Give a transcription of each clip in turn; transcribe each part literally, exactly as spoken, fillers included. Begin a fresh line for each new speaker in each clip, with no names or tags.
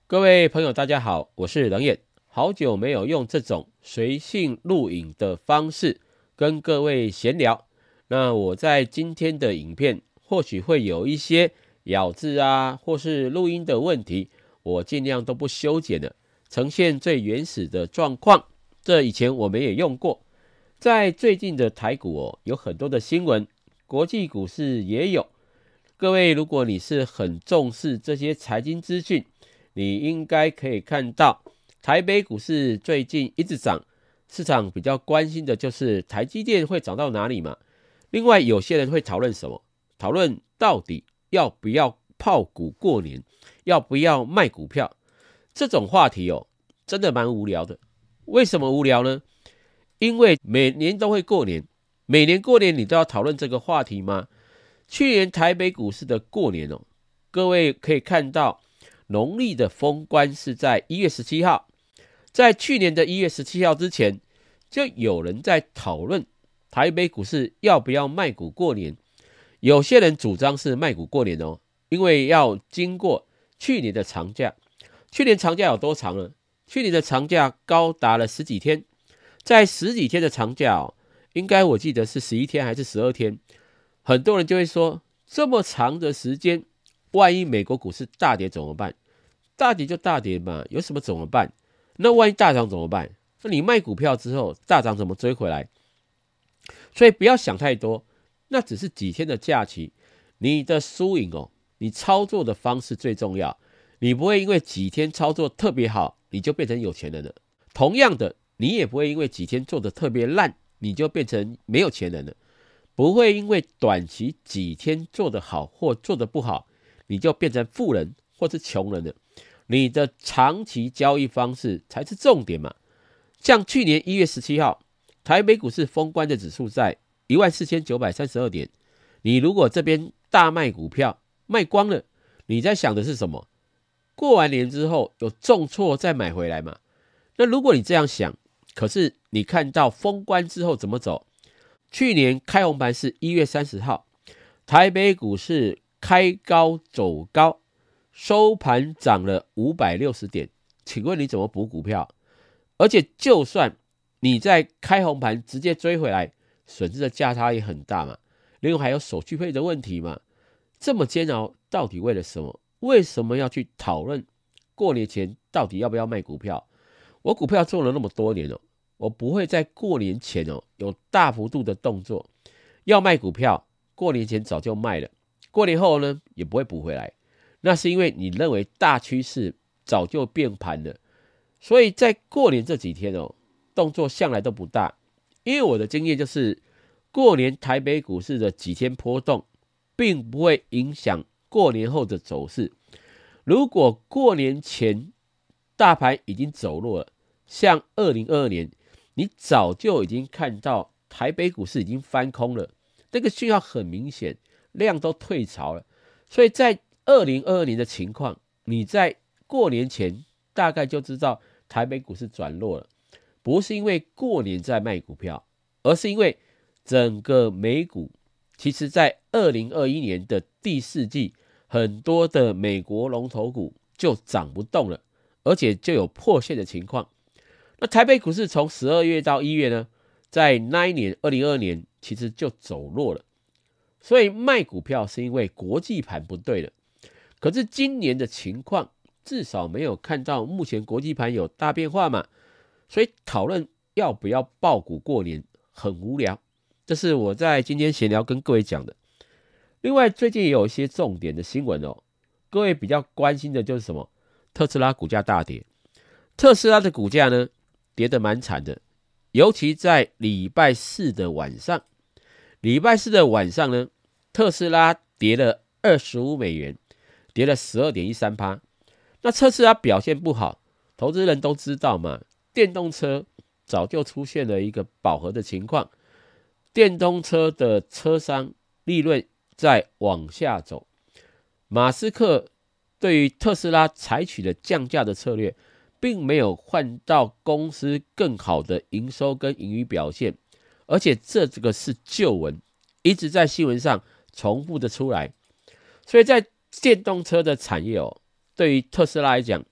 各位朋友，大家好，我是冷眼，好久没有用这种随性录影的方式跟各位闲聊。那我在今天的影片或许会有一些咬字啊，或是录音的问题，我尽量都不修剪了，呈现最原始的状况。这以前我们也用过。在最近的台股哦，有很多的新闻，国际股市也有。各位，如果你是很重视这些财经资讯，你应该可以看到台北股市最近一直涨，市场比较关心的就是台积电会涨到哪里嘛。另外有些人会讨论什么？讨论到底要不要抱股过年，要不要卖股票。这种话题哦，真的蛮无聊的。为什么无聊呢？因为每年都会过年，每年过年你都要讨论这个话题吗？去年台北股市的过年哦，各位可以看到农历的封关是在一月十七号，在去年的一月十七号之前，就有人在讨论台北股市要不要卖股过年。有些人主张是卖股过年哦，因为要经过去年的长假。去年长假有多长呢？去年的长假高达了十几天，在十几天的长假哦，应该我记得是十一天还是十二天。很多人就会说，这么长的时间，万一美国股市大跌怎么办？大跌就大跌嘛，有什么怎么办？那万一大涨怎么办？那你卖股票之后，大涨怎么追回来？所以不要想太多，那只是几天的假期，你的输赢哦，你操作的方式最重要。你不会因为几天操作特别好，你就变成有钱人了。同样的，你也不会因为几天做的特别烂，你就变成没有钱人了。不会因为短期几天做得好或做得不好，你就变成富人或是穷人了。你的长期交易方式才是重点嘛。像去年一月十七号，台北股市封关的指数在 一万四千九百三十二 点。你如果这边大卖股票，卖光了，你在想的是什么？过完年之后有重挫再买回来嘛？那如果你这样想，可是你看到封关之后怎么走？去年开红盘是一月三十号，台北股市开高走高，收盘涨了五百六十点。请问你怎么补股票？而且就算你在开红盘直接追回来，损失的价差也很大嘛。另外还有手续费的问题嘛。这么煎熬，到底为了什么？为什么要去讨论过年前到底要不要卖股票？我股票做了那么多年哦，我不会在过年前哦有大幅度的动作。要卖股票，过年前早就卖了，过年后呢也不会补回来。那是因为你认为大趋势早就变盘了，所以在过年这几天哦，动作向来都不大。因为我的经验就是，过年台北股市的几天波动，并不会影响过年后的走势。如果过年前大盘已经走弱了，像二零二二年，你早就已经看到台北股市已经翻空了，这个讯号很明显，量都退潮了。所以在二零二二年的情况，你在过年前大概就知道台北股市转弱了，不是因为过年在卖股票，而是因为整个美股其实在二零二一年的第四季，很多的美国龙头股就涨不动了，而且就有破线的情况。那台北股市从十二月到一月呢，在那一年二零二二年其实就走弱了。所以卖股票是因为国际盘不对了。可是今年的情况至少没有看到目前国际盘有大变化嘛，所以讨论要不要抱股过年很无聊。这是我在今天闲聊跟各位讲的。另外最近也有一些重点的新闻哦，各位比较关心的就是什么？特斯拉股价大跌。特斯拉的股价呢跌得蛮惨的，尤其在礼拜四的晚上。礼拜四的晚上呢，特斯拉跌了二十五美元，跌了 百分之十二点一三。 那特斯拉表现不好，投资人都知道嘛，电动车早就出现了一个饱和的情况，电动车的车商利润在往下走。马斯克对于特斯拉采取了降价的策略，并没有换到公司更好的营收跟盈余表现，而且这这个是旧闻，一直在新闻上重复的出来。所以在电动车的产业哦，对于特斯拉来讲，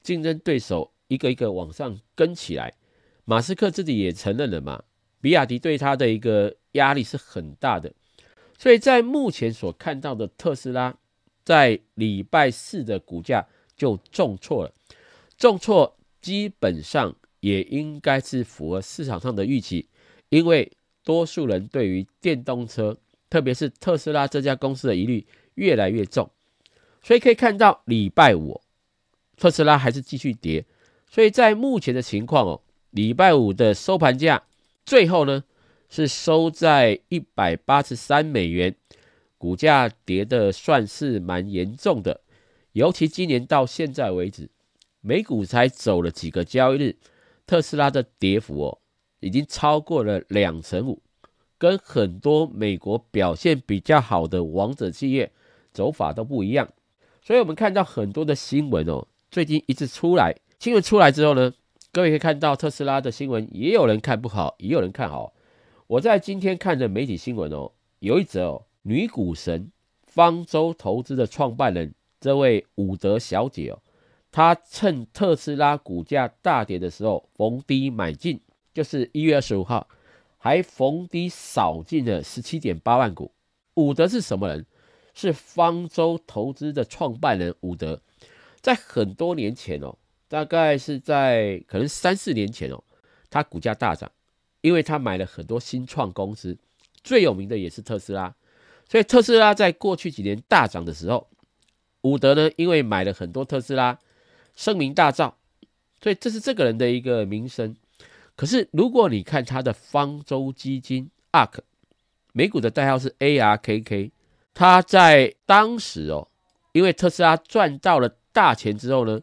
竞争对手一个一个往上跟起来，马斯克自己也承认了嘛，比亚迪对他的一个压力是很大的。所以在目前所看到的特斯拉，在礼拜四的股价就重挫了，重挫基本上也应该是符合市场上的预期，因为多数人对于电动车，特别是特斯拉这家公司的疑虑越来越重。所以可以看到礼拜五特斯拉还是继续跌，所以在目前的情况哦，礼拜五的收盘价最后呢是收在一百八十三美元，股价跌的算是蛮严重的。尤其今年到现在为止，美股才走了几个交易日，特斯拉的跌幅哦已经超过了两成五，跟很多美国表现比较好的王者企业走法都不一样。所以我们看到很多的新闻哦，最近一直出来，新闻出来之后呢，各位可以看到特斯拉的新闻，也有人看不好，也有人看好。我在今天看的媒体新闻哦，有一则哦，女股神方舟投资的创办人这位伍德小姐哦，她趁特斯拉股价大跌的时候逢低买进，就是一月二十五号，还逢低扫进了 十七点八万股。伍德是什么人？是方舟投资的创办人伍德。在很多年前哦，大概是在可能三四年前哦，他股价大涨，因为他买了很多新创公司，最有名的也是特斯拉。所以特斯拉在过去几年大涨的时候，伍德呢因为买了很多特斯拉，声名大噪，所以这是这个人的一个名声。可是如果你看他的方舟基金 A R K， 美股的代号是 A R K K， 他在当时哦，因为特斯拉赚到了大钱之后呢，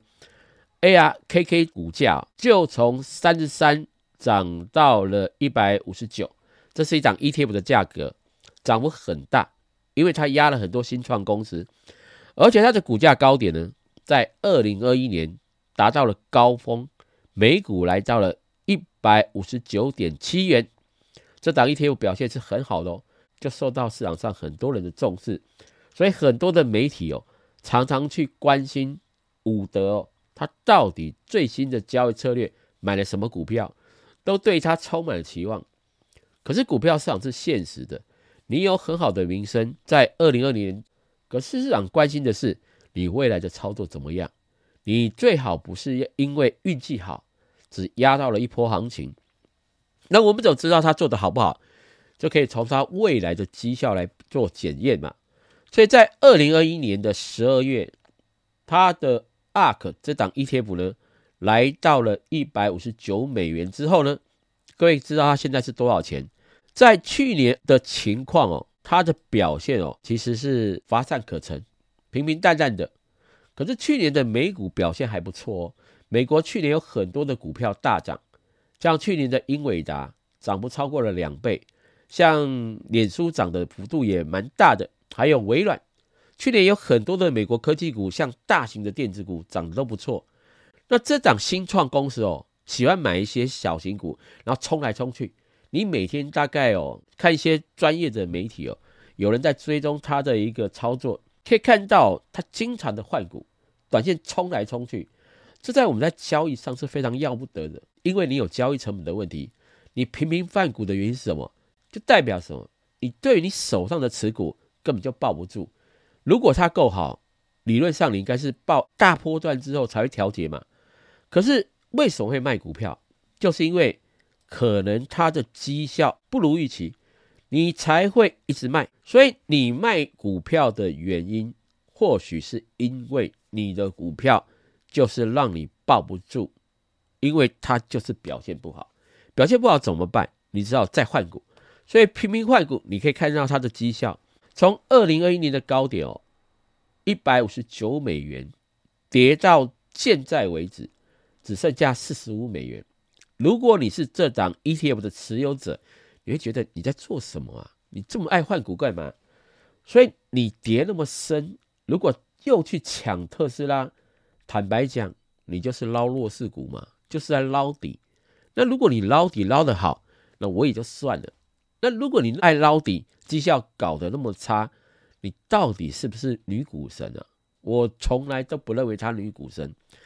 A R K K 股价就从三十三涨到了一百五十九，这是一档 E T F 的价格，涨幅很大，因为它压了很多新创公司，而且它的股价高点呢，在二零二一年达到了高峰，每股来到了一百五十九点七元，这档 E T F 表现是很好的哦，就受到市场上很多人的重视，所以很多的媒体哦，常常去关心伍德哦，他到底最新的交易策略买了什么股票，都对他充满了期望。可是股票市场是现实的，你有很好的名声，在二零二零年，可是市场关心的是你未来的操作怎么样。你最好不是因为运气好，只压到了一波行情。那我们怎么知道他做的好不好？就可以从他未来的绩效来做检验嘛。所以在二零二一年的十二月，他的 A R K 这档 E T F 呢，来到了一百五十九美元之后呢，各位知道它现在是多少钱？在去年的情况哦，它的表现哦，其实是乏善可陈，平平淡淡的。可是去年的美股表现还不错哦，美国去年有很多的股票大涨，像去年的英伟达涨幅超过了两倍，像脸书涨的幅度也蛮大的，还有微软。去年有很多的美国科技股，像大型的电子股涨得都不错。那这档新创公司哦，喜欢买一些小型股，然后冲来冲去。你每天大概哦看一些专业的媒体哦，有人在追踪他的一个操作，可以看到他经常的换股，短线冲来冲去，这在我们在交易上是非常要不得的，因为你有交易成本的问题。你频频换股的原因是什么？就代表什么？你对于你手上的持股根本就抱不住。如果它够好，理论上你应该是抱大波段之后才会调节嘛。可是为什么会卖股票？就是因为可能它的绩效不如预期，你才会一直卖。所以你卖股票的原因，或许是因为你的股票就是让你抱不住，因为它就是表现不好。表现不好怎么办？你知道再换股。所以频频换股，你可以看到它的绩效，从二零二一年的高点哦，一百五十九美元，跌到现在为止只剩下四十五美元。如果你是这档 E T F 的持有者，你会觉得你在做什么啊？你这么爱换股干嘛？所以你跌那么深，如果又去抢特斯拉，坦白讲，你就是捞弱势股嘛，就是在捞底。那如果你捞底捞得好，那我也就算了。那如果你爱捞底，绩效搞得那么差，你到底是不是女股神啊？我从来都不认为她女股神。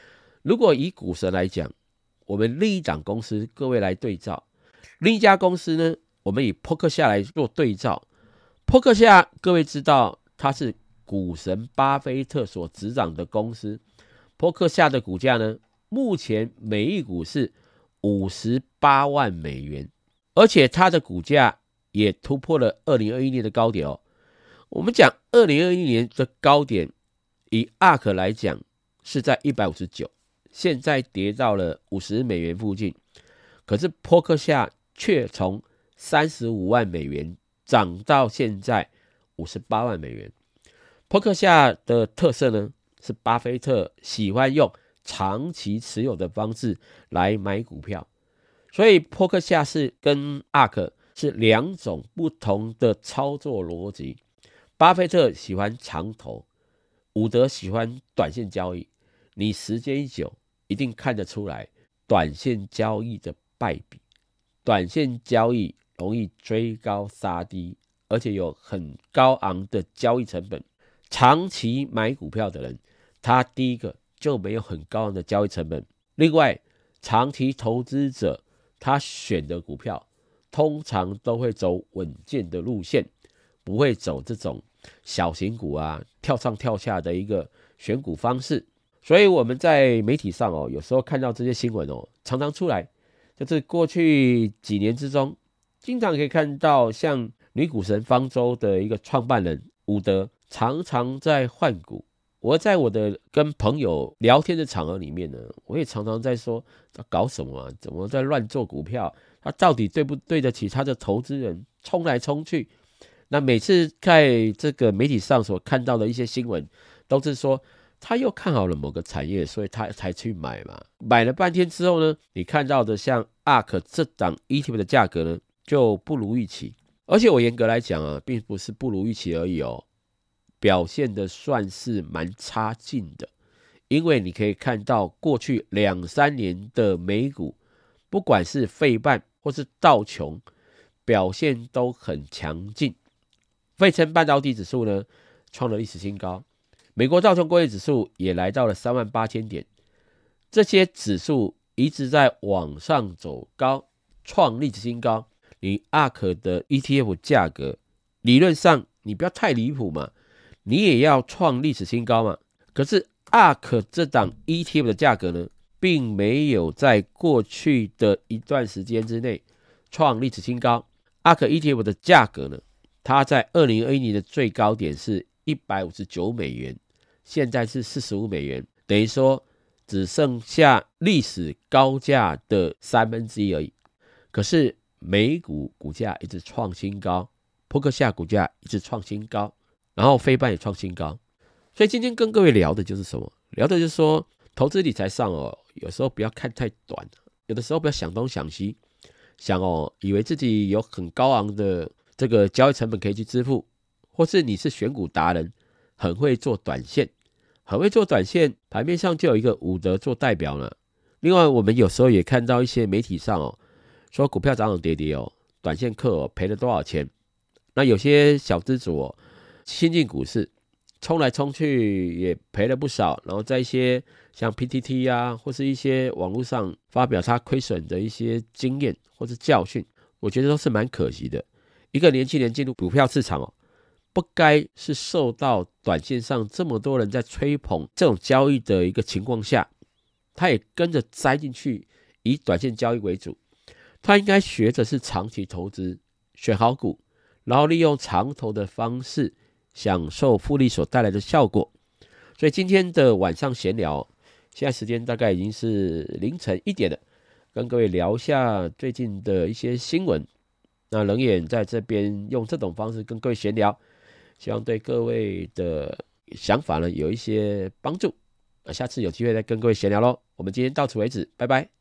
如果以股神来讲，我们另一档公司各位来对照，另一家公司呢，我们以波克夏来做对照。波克夏各位知道它是股神巴菲特所执掌的公司，波克夏的股价呢，目前每一股是五十八万美元，而且它的股价也突破了二零二一年的高点哦。我们讲二零二一年的高点，以 A R K 来讲是在一百五十九，现在跌到了五十美元附近，可是波克夏却从三十五万美元涨到现在五十八万美元。波克夏的特色呢，是巴菲特喜欢用长期持有的方式来买股票，所以波克夏是跟 A R K 是两种不同的操作逻辑。巴菲特喜欢长投，伍德喜欢短线交易。你时间一久，一定看得出来短线交易的败笔。短线交易容易追高杀低，而且有很高昂的交易成本。长期买股票的人，他第一个就没有很高昂的交易成本。另外，长期投资者他选的股票通常都会走稳健的路线，不会走这种小型股啊跳上跳下的一个选股方式。所以我们在媒体上哦，有时候看到这些新闻哦，常常出来，就是过去几年之中，经常可以看到像女股神方舟的一个创办人伍德常常在换股。我在我的跟朋友聊天的场合里面呢，我也常常在说他搞什么啊，怎么在乱做股票，他到底对不对得起他的投资人，冲来冲去。那每次在这个媒体上所看到的一些新闻，都是说他又看好了某个产业，所以他才去买嘛。买了半天之后呢，你看到的像 A R K 这档 E T F 的价格呢，就不如预期。而且我严格来讲啊，并不是不如预期而已哦，表现的算是蛮差劲的。因为你可以看到过去两三年的美股，不管是费半或是道琼，表现都很强劲。费城半导体指数呢，创了历史新高，美国道琼工业指数也来到了三万八千点。这些指数一直在往上走高，创历史新高。你 A R K 的 E T F 价格，理论上你不要太离谱嘛，你也要创历史新高嘛。可是 A R K 这档 E T F 的价格呢，并没有在过去的一段时间之内创历史新高。 A R K E T F 的价格呢，它在二零二一年的最高点是一百五十九美元，现在是四十五美元，等于说只剩下历史高价的三分之一而已。可是美股股价一直创新高，波克夏股价一直创新高，然后费半也创新高。所以今天跟各位聊的就是什么？聊的就是说，投资理财上哦，有时候不要看太短，有的时候不要想东想西，想哦，以为自己有很高昂的这个交易成本可以去支付，或是你是选股达人，很会做短线，很会做短线，盘面上就有一个伍德做代表了。另外，我们有时候也看到一些媒体上哦，说股票涨涨跌跌哦，短线客哦赔了多少钱？那有些小资主哦，新进股市冲来冲去也赔了不少，然后在一些像 P T T 啊，或是一些网络上发表他亏损的一些经验或是教训，我觉得都是蛮可惜的。一个年轻人进入股票市场哦，不该是受到短线上这么多人在吹捧这种交易的一个情况下，他也跟着栽进去，以短线交易为主。他应该学的是长期投资，选好股，然后利用长投的方式享受复利所带来的效果。所以今天的晚上闲聊，现在时间大概已经是凌晨一点了，跟各位聊一下最近的一些新闻。那冷眼在这边用这种方式跟各位闲聊，希望对各位的想法呢有一些帮助。下次有机会再跟各位闲聊咯。我们今天到此为止，拜拜。